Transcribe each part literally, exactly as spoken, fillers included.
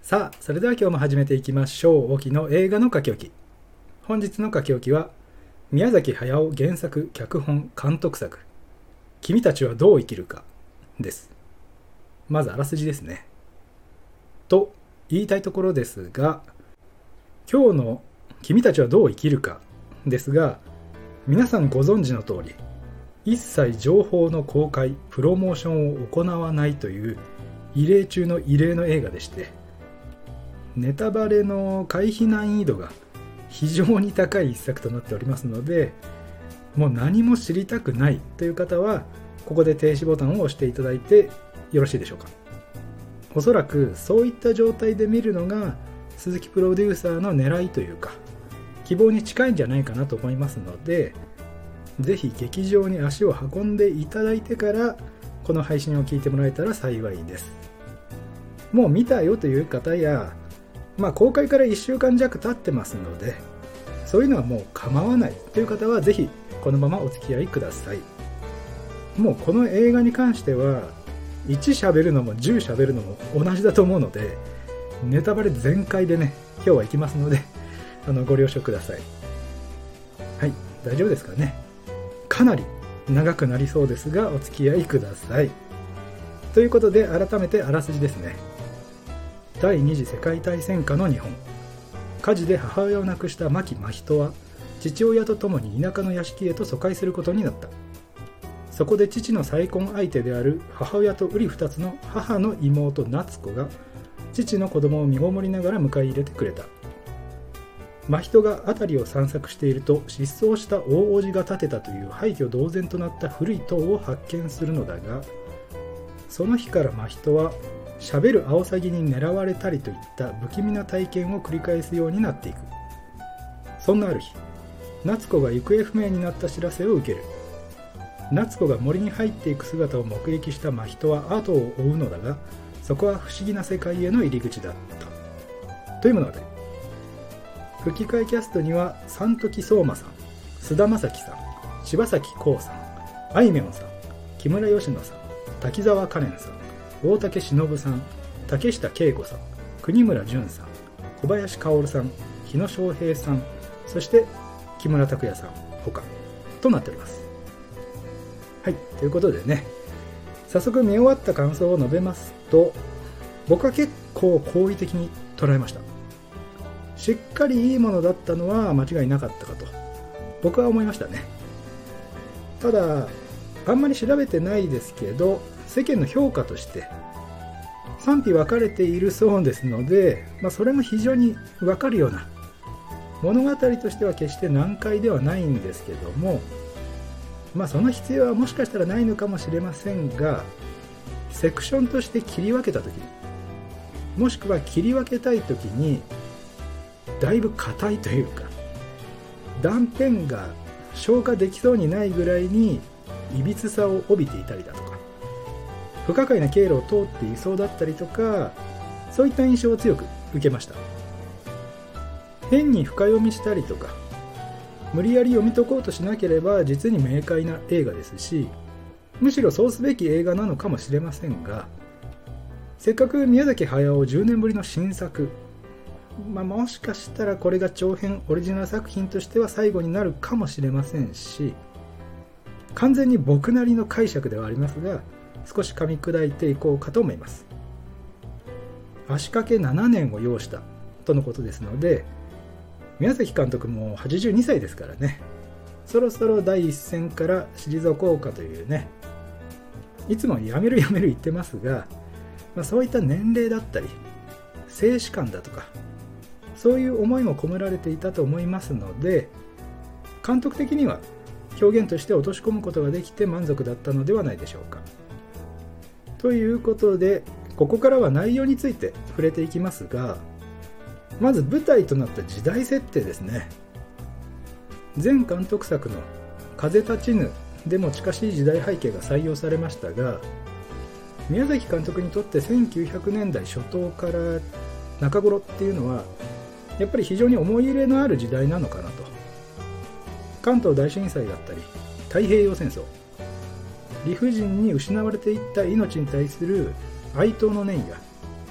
さあ、それでは今日も始めていきましょう。沖の映画の書き置き。本日の書き置きは、宮崎駿原作脚本監督作、君たちはどう生きるかです。まずあらすじですね。と言いたいところですが、今日の君たちはどう生きるかですが、皆さんご存知の通り、一切情報の公開、プロモーションを行わないという異例中の異例の映画でして、ネタバレの回避難易度が非常に高い一作となっておりますので、もう何も知りたくないという方はここで停止ボタンを押していただいてよろしいでしょうか。おそらくそういった状態で見るのが鈴木プロデューサーの狙いというか希望に近いんじゃないかなと思いますので、ぜひ劇場に足を運んでいただいてからこの配信を聞いてもらえたら幸いです。もう見たよという方や、まあ公開からいっしゅうかん弱経ってますので、そういうのはもう構わないという方はぜひこのままお付き合いください。もうこの映画に関してはいち喋るのもじゅう喋るのも同じだと思うので、ネタバレ全開でね今日は行きますのであのご了承ください。はい、大丈夫ですかね。かなり長くなりそうですがお付き合いください。ということで改めてあらすじですね。第二次世界大戦下の日本、火事で母親を亡くした牧真人は父親と共に田舎の屋敷へと疎開することになった。そこで父の再婚相手である母親と瓜二つの母の妹夏子が父の子供を身ごもりながら迎え入れてくれた。真人が辺りを散策していると失踪した大叔父が建てたという廃墟同然となった古い塔を発見するのだが、その日から真人はしゃべるアオサギに狙われたりといった不気味な体験を繰り返すようになっていく。そんなある日、夏子が行方不明になった知らせを受ける。夏子が森に入っていく姿を目撃した真人は後を追うのだが、そこは不思議な世界への入り口だったという物語。吹き替えキャストには三時相馬さん、菅田将暉さん、柴咲コウさん、あいみょんさん、木村佳乃さん、滝沢カレンさん、大竹しのぶさん、竹下景子さん、国村淳さん、小林薫さん、日野翔平さん、そして木村拓哉さんほかとなっております。はい、ということでね、早速見終わった感想を述べますと、僕は結構好意的に捉えました。しっかりいいものだったのは間違いなかったかと僕は思いましたね。ただあんまり調べてないですけど、世間の評価として賛否分かれているそうですので、まあ、それも非常に分かるような物語としては決して難解ではないんですけども、まあその必要はもしかしたらないのかもしれませんが、セクションとして切り分けた時に、もしくは切り分けたい時にだいぶ硬いというか断片が消化できそうにないぐらいにいびつさを帯びていたりだとか、不可解な経路を通っていそうだったりとか、そういった印象を強く受けました。変に深読みしたりとか無理やり読み解こうとしなければ実に明快な映画ですし、むしろそうすべき映画なのかもしれませんが、せっかく宮崎駿じゅうねんぶりの新作、まあ、もしかしたらこれが長編オリジナル作品としては最後になるかもしれませんし、完全に僕なりの解釈ではありますが少し噛み砕いていこうかと思います。足掛けななねんを要したとのことですので、宮崎監督もはちじゅうにさいですからね、そろそろ第一線から退こうかというね、いつもやめるやめる言ってますが、まあ、そういった年齢だったり静止感だとかそういう思いも込められていたと思いますので、監督的には表現として落とし込むことができて満足だったのではないでしょうか。ということでここからは内容について触れていきますが、まず舞台となった時代設定ですね。前監督作の風立ちぬでも近しい時代背景が採用されましたが、宮崎監督にとってせんきゅうひゃくねんだい初頭から中頃っていうのはやっぱり非常に思い入れのある時代なのかなと。関東大震災だったり太平洋戦争、理不尽に失われていった命に対する哀悼の念や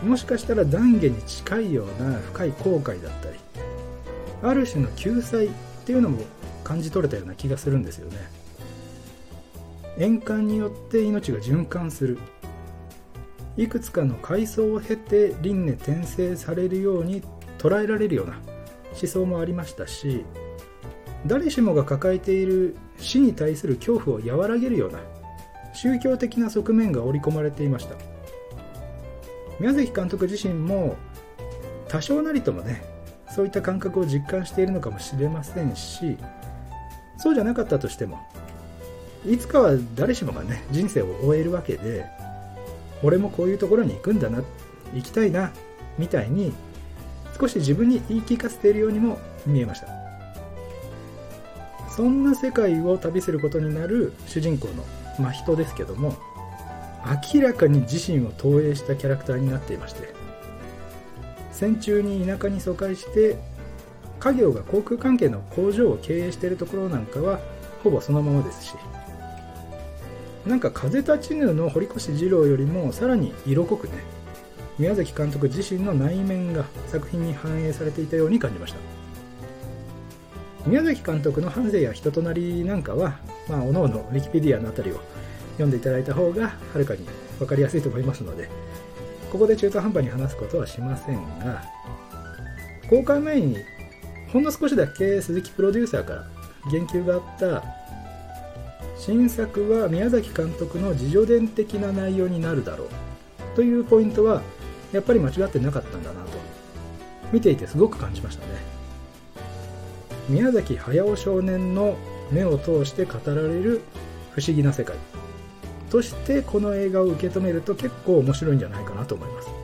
もしかしたら懺悔に近いような深い後悔だったり、ある種の救済っていうのも感じ取れたような気がするんですよね。円環によって命が循環する、いくつかの階層を経て輪廻転生されるように捉えられるような思想もありましたし、誰しもが抱えている死に対する恐怖を和らげるような宗教的な側面が織り込まれていました。宮崎監督自身も多少なりともね、そういった感覚を実感しているのかもしれませんし、そうじゃなかったとしてもいつかは誰しもがね人生を終えるわけで、俺もこういうところに行くんだな、行きたいなみたいに少し自分に言い聞かせているようにも見えました。そんな世界を旅することになる主人公の真人ですけども、明らかに自身を投影したキャラクターになっていまして、戦中に田舎に疎開して家業が航空関係の工場を経営しているところなんかはほぼそのままですし、なんか風立ちぬの堀越二郎よりもさらに色濃くね、宮崎監督自身の内面が作品に反映されていたように感じました。宮崎監督の半生や人となりなんかは、まあ、おのおのウィキペディアのあたりを読んでいただいた方がはるかに分かりやすいと思いますので、ここで中途半端に話すことはしませんが、公開前にほんの少しだけ鈴木プロデューサーから言及があった新作は宮崎監督の自叙伝的な内容になるだろうというポイントはやっぱり間違ってなかったんだなと見ていてすごく感じましたね。宮崎駿少年の目を通して語られる不思議な世界としてこの映画を受け止めると結構面白いんじゃないかなと思います。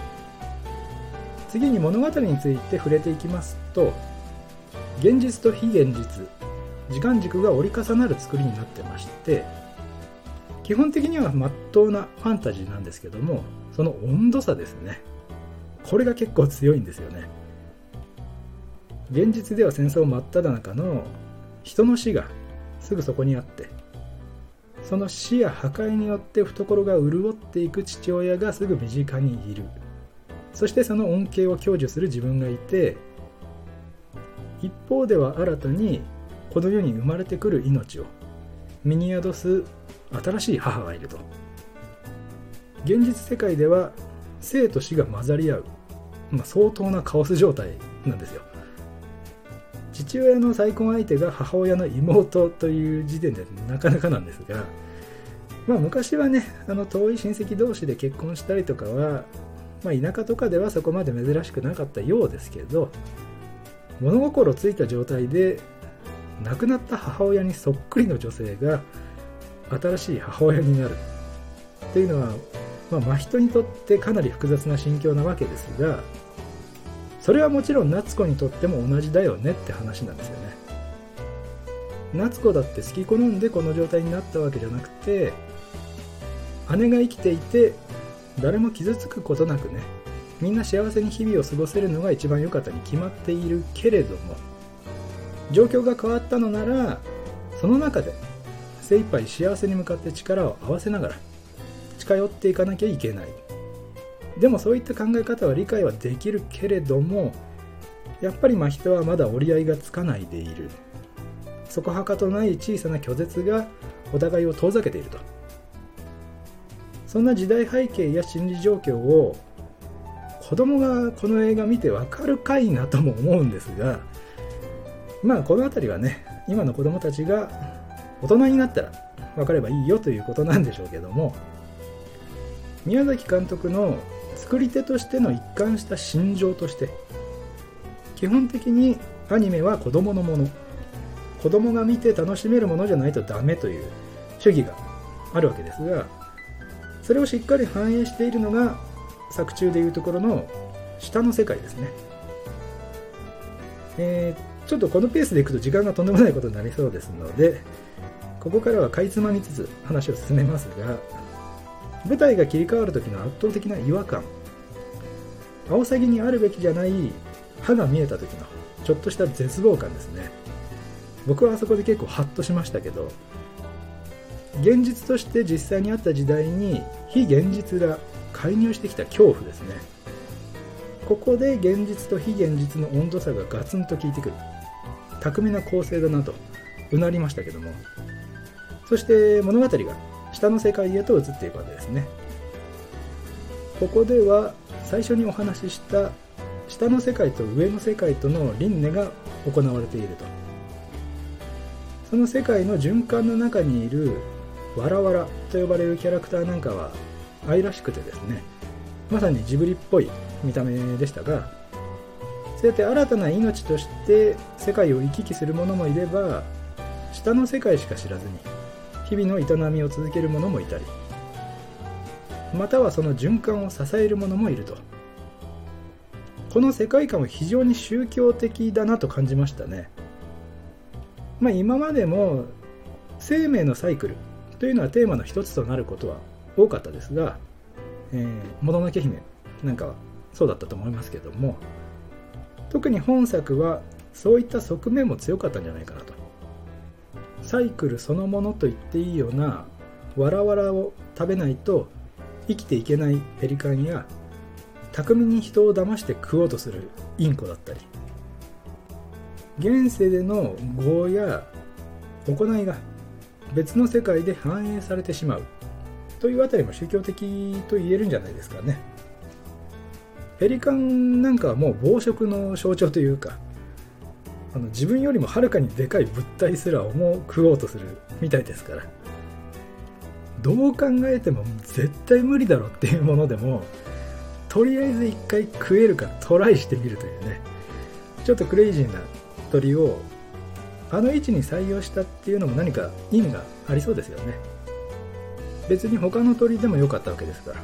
次に物語について触れていきますと、現実と非現実、時間軸が折り重なる作りになってまして、基本的には真っ当なファンタジーなんですけども、その温度差ですね、これが結構強いんですよね。現実では戦争真っ只中の人の死がすぐそこにあって、その死や破壊によって懐が潤っていく父親がすぐ身近にいる。そしてその恩恵を享受する自分がいて、一方では新たにこの世に生まれてくる命を身に宿す新しい母がいると。現実世界では生と死が混ざり合う、まあ、相当なカオス状態なんですよ。父親の再婚相手が母親の妹という時点でなかなかなんですが、まあ、昔はね、あの遠い親戚同士で結婚したりとかは、まあ、田舎とかではそこまで珍しくなかったようですけど、物心ついた状態で亡くなった母親にそっくりの女性が新しい母親になるっていうのは、まあ、真人にとってかなり複雑な心境なわけですが、それはもちろん夏子にとっても同じだよねって話なんですよね。夏子だって好き好んでこの状態になったわけじゃなくて、姉が生きていて誰も傷つくことなくね、みんな幸せに日々を過ごせるのが一番良かったに決まっているけれども、状況が変わったのならその中で精一杯幸せに向かって力を合わせながら近寄っていかなきゃいけない。でもそういった考え方は理解はできるけれども、やっぱり真人はまだ折り合いがつかないでいる。そこはかとない小さな拒絶がお互いを遠ざけていると。そんな時代背景や心理状況を子供がこの映画見てわかるかいなとも思うんですが、まあこのあたりはね、今の子供たちが大人になったら分かればいいよということなんでしょうけども、宮崎監督の作り手としての一貫した心情として、基本的にアニメは子供のもの、子供が見て楽しめるものじゃないとダメという主義があるわけですが、それをしっかり反映しているのが作中でいうところの下の世界ですね。えー、ちょっとこのペースでいくと時間がとんでもないことになりそうですので、ここからはかいつまみつつ話を進めますが、舞台が切り替わる時の圧倒的な違和感、アオサギにあるべきじゃない歯が見えた時のちょっとした絶望感ですね。僕はあそこで結構ハッとしましたけど、現実として実際にあった時代に非現実が介入してきた恐怖ですね。ここで現実と非現実の温度差がガツンと効いてくる巧みな構成だなとうなりましたけども、そして物語が下の世界へと移っていくわけですね。ここでは最初にお話しした下の世界と上の世界との輪廻が行われていると。その世界の循環の中にいるわらわらと呼ばれるキャラクターなんかは愛らしくてですね、まさにジブリっぽい見た目でしたが、そうやって新たな命として世界を行き来する者もいれば、下の世界しか知らずに日々の営みを続ける者もいたり、またはその循環を支える者もいると。この世界観は非常に宗教的だなと感じましたね。まあ、今までも生命のサイクルというのはテーマの一つとなることは多かったですが、えー、もののけ姫なんかはそうだったと思いますけども、特に本作はそういった側面も強かったんじゃないかなと。サイクルそのものと言っていいようなわらわらを食べないと生きていけないペリカンや、巧みに人を騙して食おうとするインコだったり、現世での業や行いが別の世界で反映されてしまうというあたりも宗教的と言えるんじゃないですかね。ペリカンなんかはもう暴食の象徴というか、あの自分よりもはるかにでかい物体すら思う食おうとするみたいですから、どう考えても絶対無理だろっていうものでもとりあえず一回食えるかトライしてみるというね、ちょっとクレイジーな鳥をあの位置に採用したっていうのも何か意味がありそうですよね。別に他の鳥でもよかったわけですから、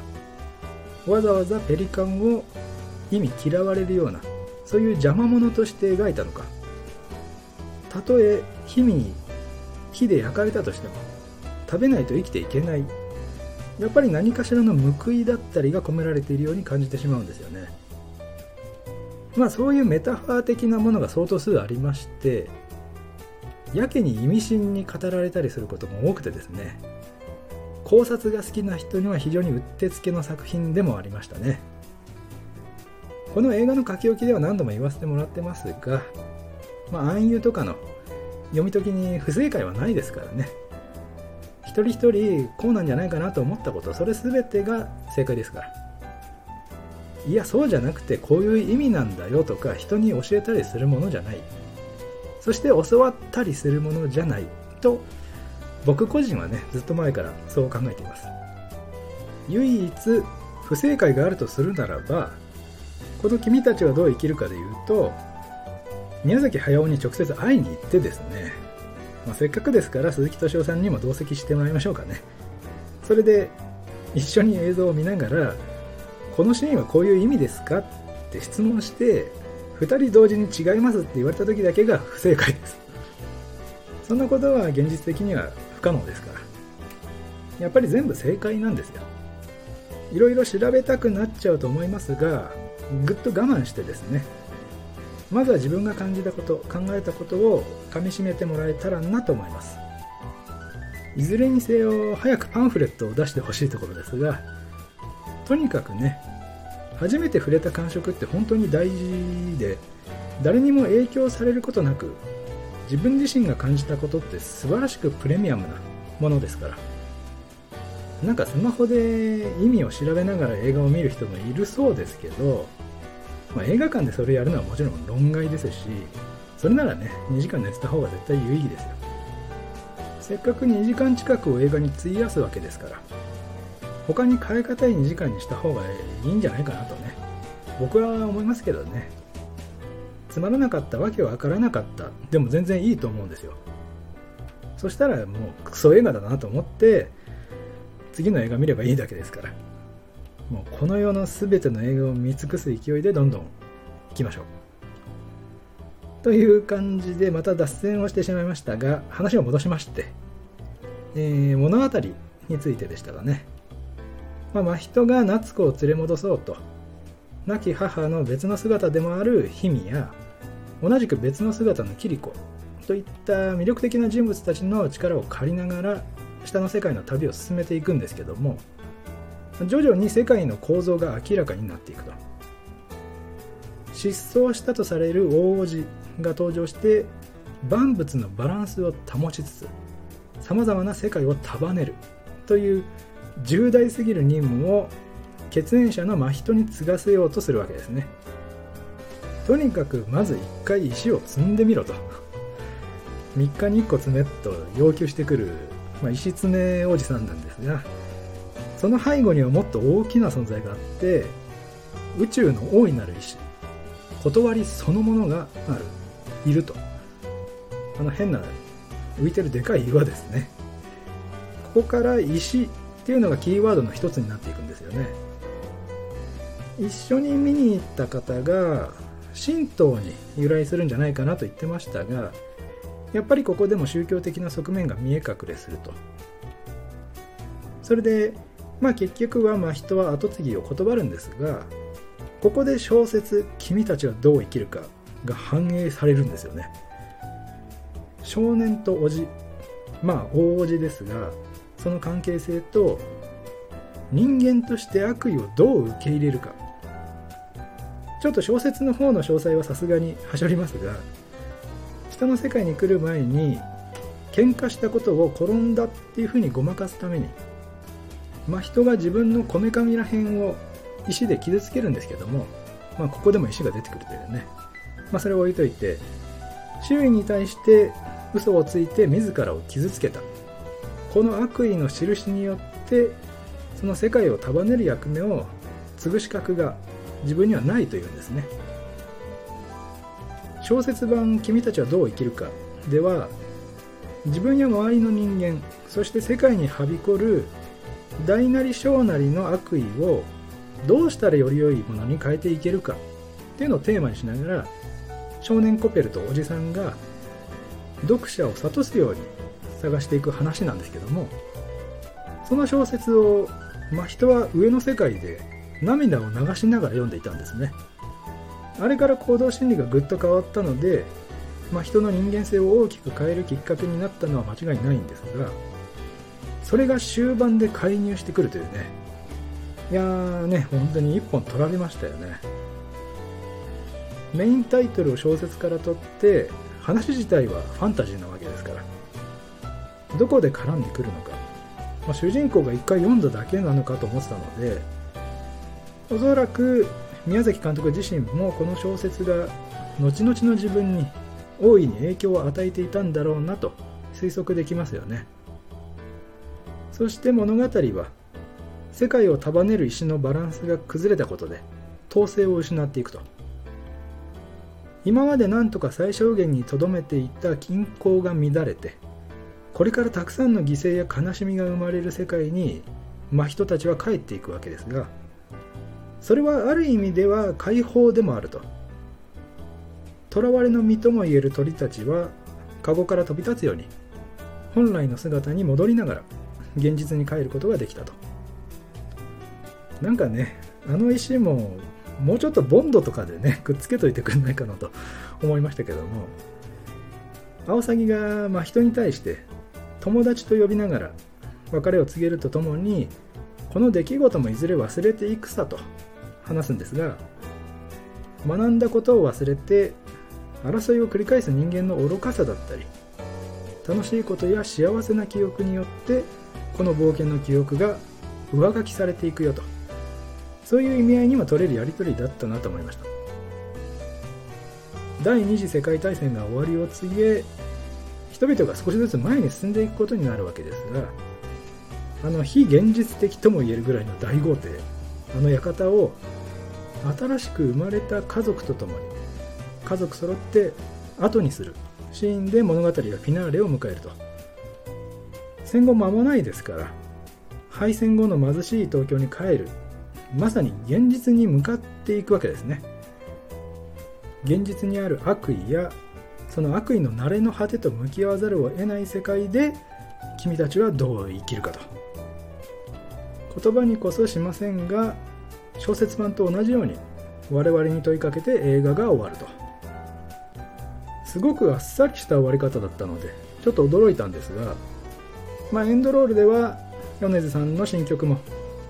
わざわざペリカンを意味嫌われるようなそういう邪魔者として描いたのか、たとえ火に火で焼かれたとしても食べないと生きていけない、やっぱり何かしらの報いだったりが込められているように感じてしまうんですよね。まあそういうメタファー的なものが相当数ありまして、やけに意味深に語られたりすることも多くてですね、考察が好きな人には非常にうってつけの作品でもありましたね。この映画の書き置きでは何度も言わせてもらってますが、まあ暗喩とかの読み解きに不正解はないですからね。一人一人こうなんじゃないかなと思ったこと、それ全てが正解ですから。いやそうじゃなくてこういう意味なんだよとか人に教えたりするものじゃない、そして教わったりするものじゃないと僕個人はねずっと前からそう考えています。唯一不正解があるとするならば、この君たちはどう生きるかでいうと、宮崎駿に直接会いに行ってですね、まあ、せっかくですから鈴木敏夫さんにも同席してもらいましょうかね。それで一緒に映像を見ながら、このシーンはこういう意味ですかって質問して、ふたり同時に違いますって言われた時だけが不正解です。そんなことは現実的には不可能ですから、やっぱり全部正解なんですよ。いろいろ調べたくなっちゃうと思いますが、ぐっと我慢してですね、まずは自分が感じたこと、考えたことをかみしめてもらえたらなと思います。いずれにせよ早くパンフレットを出してほしいところですが、とにかくね、初めて触れた感触って本当に大事で、誰にも影響されることなく自分自身が感じたことって素晴らしくプレミアムなものですから。なんかスマホで意味を調べながら映画を見る人もいるそうですけど、まあ、映画館でそれやるのはもちろん論外ですし、それならねにじかん寝てた方が絶対有意義ですよ。せっかくにじかん近くを映画に費やすわけですから、他に変え難いにじかんにした方がいいんじゃないかなとね、僕は思いますけどね。つまらなかった、わけわからなかった、でも全然いいと思うんですよ。そしたらもうクソ映画だなと思って次の映画見ればいいだけですから、もうこの世の全ての映画を見尽くす勢いでどんどん行きましょうという感じで、また脱線をしてしまいましたが、話を戻しまして、えー、物語についてでしたがね、まあ、真人が夏子を連れ戻そうと亡き母の別の姿でもある氷見や、同じく別の姿のキリコといった魅力的な人物たちの力を借りながら下の世界の旅を進めていくんですけども、 徐々に世界の構造が明らかになっていくと。失踪したとされる大叔父が登場して万物のバランスを保ちつつさまざまな世界を束ねるという重大すぎる任務を血縁者の真人に継がせようとするわけですね。とにかくまず一回石を積んでみろとみっかにいっこ積めと要求してくる、まあ、石積めおじさんなんですが、その背後にはもっと大きな存在があって宇宙の大いなる意志、断りそのものがあるいると。あの変な浮いてるでかい岩ですね。ここから石っていうのがキーワードの一つになっていくんですよね。一緒に見に行った方が神道に由来するんじゃないかなと言ってましたが、やっぱりここでも宗教的な側面が見え隠れすると。それでまあ結局はまあ人は跡継ぎを断るんですが、ここで小説「君たちはどう生きるか」が反映されるんですよね。少年と叔父、まあ大叔父ですが、その関係性と人間として悪意をどう受け入れるか。ちょっと小説の方の詳細はさすがにはしょりますが、人の世界に来る前に喧嘩したことを転んだっていうふうにごまかすために、まあ、人が自分のこめかみらへんを石で傷つけるんですけども、まあ、ここでも石が出てくるというね、まあ、それを置いといて、周囲に対して嘘をついて自らを傷つけた、この悪意の印によってその世界を束ねる役目を継ぐ資格が自分にはないというんですね。小説版「君たちはどう生きるか」では、自分や周りの人間、そして世界にはびこる大なり小なりの悪意をどうしたらより良いものに変えていけるかっていうのをテーマにしながら、少年コペルとおじさんが読者を諭すように探していく話なんですけども、その小説を、まあ、人は上の世界で涙を流しながら読んでいたんですね。あれから行動心理がぐっと変わったので、まあ、人の人間性を大きく変えるきっかけになったのは間違いないんですが、それが終盤で介入してくるというね、いやーね、本当に一本取られましたよね。メインタイトルを小説から取って話自体はファンタジーなわけですから、どこで絡んでくるのか、まあ、主人公が一回読んだだけなのかと思ってたので、おそらく宮崎監督自身もこの小説が後々の自分に大いに影響を与えていたんだろうなと推測できますよね。そして物語は世界を束ねる石のバランスが崩れたことで統制を失っていくと。今までなんとか最小限にとどめていた均衡が乱れて、これからたくさんの犠牲や悲しみが生まれる世界に真人たちは帰っていくわけですが、それはある意味では解放でもあると。囚われの身ともいえる鳥たちはカゴから飛び立つように本来の姿に戻りながら現実に帰ることができたと。なんかね、あの石ももうちょっとボンドとかでねくっつけといてくれないかなと思いましたけども、アオサギがまあ人に対して友達と呼びながら別れを告げるとともに、この出来事もいずれ忘れていくさと話すんですが、学んだことを忘れて争いを繰り返す人間の愚かさだったり、楽しいことや幸せな記憶によってこの冒険の記憶が上書きされていくよと、そういう意味合いにも取れるやり取りだったなと思いました。第二次世界大戦が終わりを告げ、人々が少しずつ前に進んでいくことになるわけですが、あの非現実的とも言えるぐらいの大豪邸、あの館を新しく生まれた家族と共に家族揃って後にするシーンで物語がフィナーレを迎えると。戦後間もないですから、敗戦後の貧しい東京に帰る、まさに現実に向かっていくわけですね。現実にある悪意やその悪意の慣れの果てと向き合わざるを得ない世界で君たちはどう生きるかと。言葉にこそしませんが、小説版と同じように我々に問いかけて映画が終わると。すごくあっさりした終わり方だったのでちょっと驚いたんですが、まあ、エンドロールでは米津さんの新曲も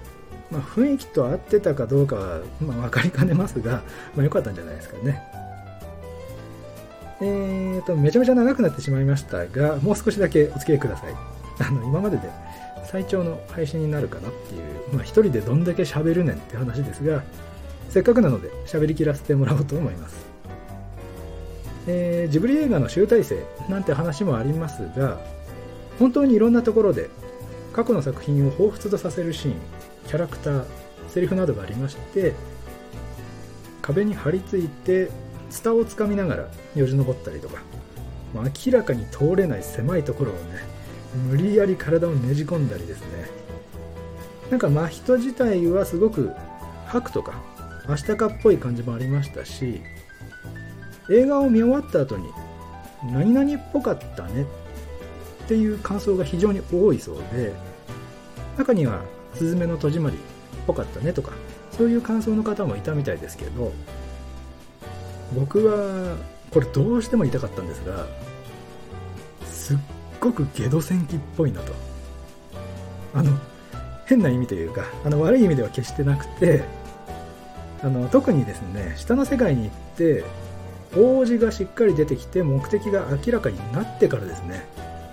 まあ、雰囲気と合ってたかどうかは、まあ、分かりかねますが、まあ、良かったんじゃないですかね。えーと、めちゃめちゃ長くなってしまいましたが、もう少しだけお付き合いください。あの、今までで最長の配信になるかなっていう、まあ、一人でどんだけ喋るねんって話ですが、せっかくなので喋り切らせてもらおうと思います。えー、ジブリ映画の集大成なんて話もありますが、本当にいろんなところで過去の作品を彷彿とさせるシーン、キャラクター、セリフなどがありまして、壁に張り付いてツタをつかみながらよじ登ったりとか、明らかに通れない狭いところをね、無理やり体をねじ込んだりですね。なんか真人自体はすごく白とかアシタカっぽい感じもありましたし、映画を見終わった後に何々っぽかったねっていう感想が非常に多いそうで、中にはすずめの戸締まりっぽかったねとか、そういう感想の方もいたみたいですけど、僕はこれどうしても言いたかったんですが、すっごくゲド戦記っぽいなと。あの変な意味というか、あの悪い意味では決してなくて、あの特にですね、下の世界に行って王子がしっかり出てきて目的が明らかになってからですね、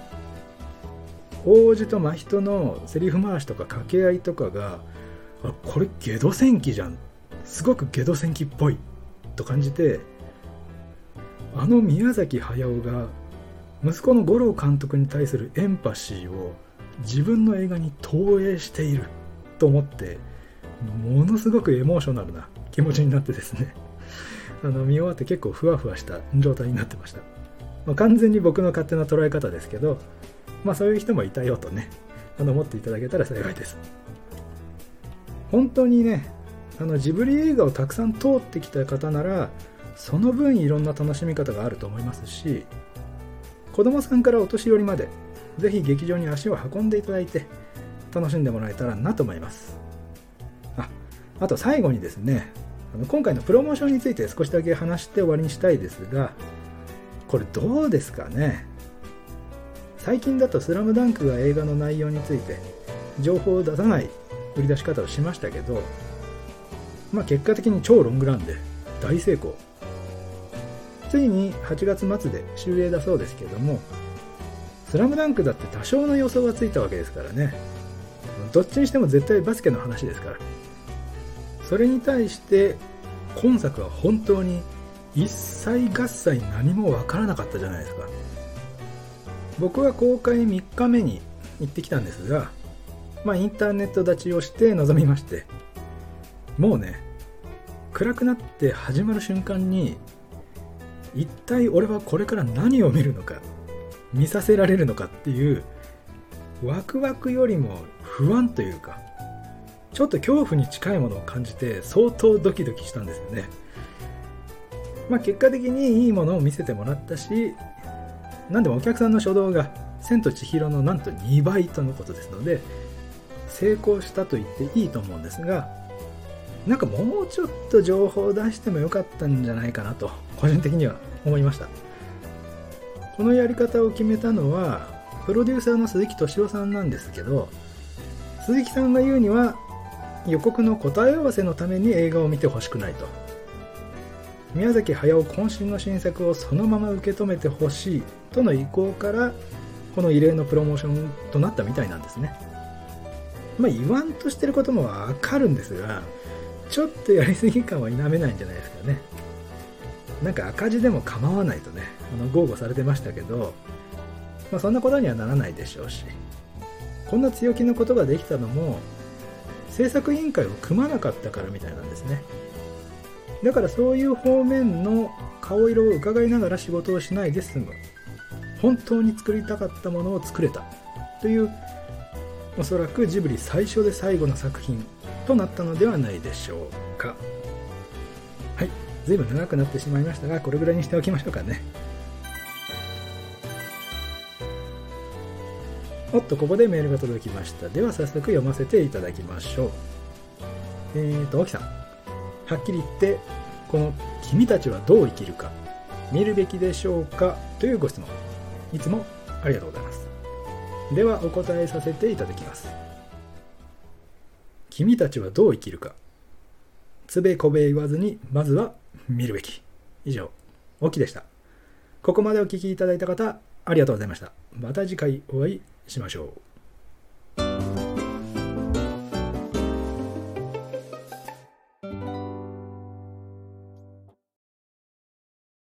王子と真人のセリフ回しとか掛け合いとかが、あ、これゲド戦記じゃん、すごくゲド戦記っぽいと感じて、あの宮崎駿が息子の五郎監督に対するエンパシーを自分の映画に投影していると思って、ものすごくエモーショナルな気持ちになってですね、あの見終わって結構ふわふわした状態になってました。まあ、完全に僕の勝手な捉え方ですけど、まあそういう人もいたよとね、あの思っていただけたら幸いです。本当にね、あのジブリ映画をたくさん通ってきた方なら、その分いろんな楽しみ方があると思いますし、子供さんからお年寄りまでぜひ劇場に足を運んでいただいて楽しんでもらえたらなと思います。あ、あと最後にですね、あの今回のプロモーションについて少しだけ話して終わりにしたいですが、これどうですかね。最近だとスラムダンクが映画の内容について情報を出さない売り出し方をしましたけど、まあ結果的に超ロングランで大成功。ついにはちがつ末で終映だそうですけども、スラムダンクだって多少の予想がついたわけですからね。どっちにしても絶対バスケの話ですから。それに対して今作は本当に一切合切何もわからなかったじゃないですか。僕は公開みっかめに行ってきたんですが、まあインターネット立ちをして臨みまして、もうね、暗くなって始まる瞬間に、一体俺はこれから何を見るのか、見させられるのかっていうワクワクよりも不安というか、ちょっと恐怖に近いものを感じて相当ドキドキしたんですよね。まあ結果的にいいものを見せてもらったし、なんでもお客さんの初動が千と千尋のなんとにばいとのことですので、成功したと言っていいと思うんですが、なんかもうちょっと情報を出してもよかったんじゃないかなと個人的には思いました。このやり方を決めたのはプロデューサーの鈴木敏夫さんなんですけど、鈴木さんが言うには予告の答え合わせのために映画を見てほしくないと、宮崎駿渾身の新作をそのまま受け止めてほしいとの意向からこの異例のプロモーションとなったみたいなんですね。まあ言わんとしてることもわかるんですが、ちょっとやりすぎ感は否めないんじゃないですかね。なんか赤字でも構わないとね、あの豪語されてましたけど、まあ、そんなことにはならないでしょうし、こんな強気のことができたのも制作委員会を組まなかったからみたいなんですね。だからそういう方面の顔色を伺いながら仕事をしないで済む、本当に作りたかったものを作れたという、おそらくジブリ最初で最後の作品となったのではないでしょうか。はい、ずいぶん長くなってしまいましたが、これぐらいにしておきましょうかね。おっと、ここでメールが届きました。では早速読ませていただきましょう。えーと、沖さん、はっきり言ってこの君たちはどう生きるか見るべきでしょうかというご質問、いつもありがとうございます。ではお答えさせていただきます。 君たちはどう生きるか。つべこべ言わずにまずは見るべき。以上、オキでした。ここまでお聞きいただいた方、ありがとうございました。また次回お会いしましょう。